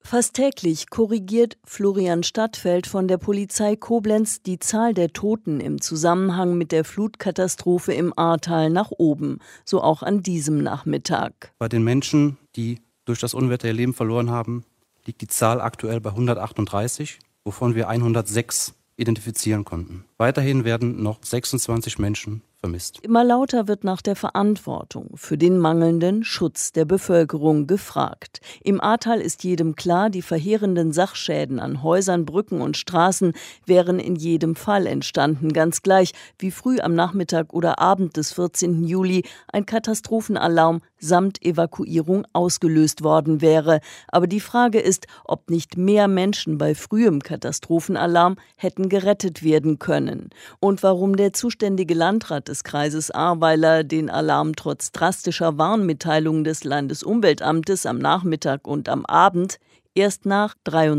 Fast täglich korrigiert Florian Stadtfeld von der Polizei Koblenz die Zahl der Toten im Zusammenhang mit der Flutkatastrophe im Ahrtal nach oben, so auch an diesem Nachmittag. Bei den Menschen, die durch das Unwetter ihr Leben verloren haben, liegt die Zahl aktuell bei 138, wovon wir 106 identifizieren konnten. Weiterhin werden noch 26 Menschen vermisst. Immer lauter wird nach der Verantwortung für den mangelnden Schutz der Bevölkerung gefragt. Im Ahrtal ist jedem klar, die verheerenden Sachschäden an Häusern, Brücken und Straßen wären in jedem Fall entstanden, ganz gleich, wie früh am Nachmittag oder Abend des 14. Juli ein Katastrophenalarm samt Evakuierung ausgelöst worden wäre. Aber die Frage ist, ob nicht mehr Menschen bei frühem Katastrophenalarm hätten gerettet werden können. Und warum der zuständige Landrat des Kreises Ahrweiler den Alarm trotz drastischer Warnmitteilungen des Landesumweltamtes am Nachmittag und am Abend erst nach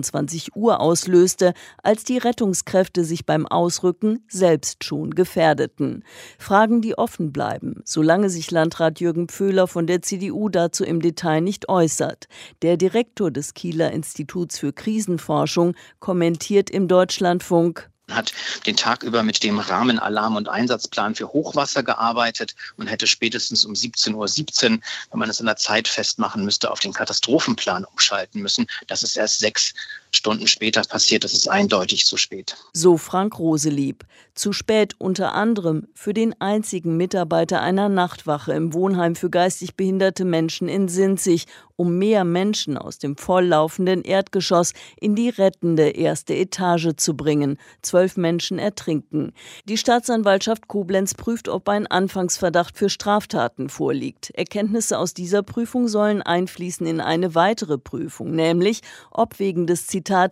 23 Uhr auslöste, als die Rettungskräfte sich beim Ausrücken selbst schon gefährdeten. Fragen, die offen bleiben, solange sich Landrat Jürgen Pföhler von der CDU dazu im Detail nicht äußert. Der Direktor des Kieler Instituts für Krisenforschung kommentiert im Deutschlandfunk: Hat den Tag über mit dem Rahmenalarm- und Einsatzplan für Hochwasser gearbeitet und hätte spätestens um 17:17 Uhr, wenn man es in der Zeit festmachen müsste, auf den Katastrophenplan umschalten müssen. Das ist erst 6 Stunden später passiert. Das ist eindeutig zu spät. So Frank Roselieb. Zu spät unter anderem für den einzigen Mitarbeiter einer Nachtwache im Wohnheim für geistig behinderte Menschen in Sinzig, um mehr Menschen aus dem volllaufenden Erdgeschoss in die rettende erste Etage zu bringen. 12 Menschen ertrinken. Die Staatsanwaltschaft Koblenz prüft, ob ein Anfangsverdacht für Straftaten vorliegt. Erkenntnisse aus dieser Prüfung sollen einfließen in eine weitere Prüfung, nämlich ob wegen des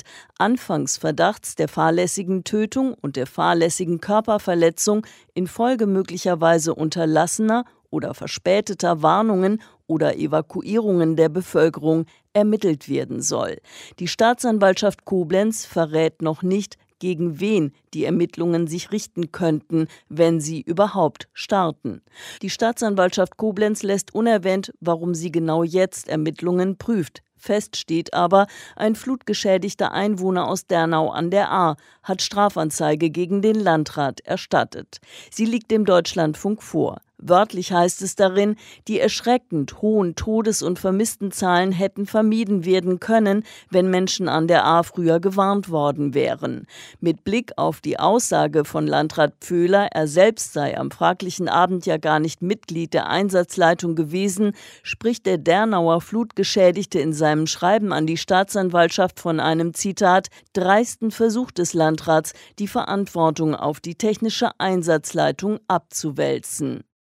Anfangsverdachts der fahrlässigen Tötung und der fahrlässigen Körperverletzung infolge möglicherweise unterlassener oder verspäteter Warnungen oder Evakuierungen der Bevölkerung ermittelt werden soll. Die Staatsanwaltschaft Koblenz verrät noch nicht, gegen wen die Ermittlungen sich richten könnten, wenn sie überhaupt starten. Die Staatsanwaltschaft Koblenz lässt unerwähnt, warum sie genau jetzt Ermittlungen prüft. Fest steht aber, ein flutgeschädigter Einwohner aus Dernau an der Ahr hat Strafanzeige gegen den Landrat erstattet. Sie liegt dem Deutschlandfunk vor. Wörtlich heißt es darin, die erschreckend hohen Todes- und Vermisstenzahlen hätten vermieden werden können, wenn Menschen an der Ahr früher gewarnt worden wären. Mit Blick auf die Aussage von Landrat Pföhler, er selbst sei am fraglichen Abend ja gar nicht Mitglied der Einsatzleitung gewesen, spricht der Dernauer Flutgeschädigte in seinem Schreiben an die Staatsanwaltschaft von einem, Zitat, dreisten Versuch des Landrats, die Verantwortung auf die technische Einsatzleitung abzuwälzen.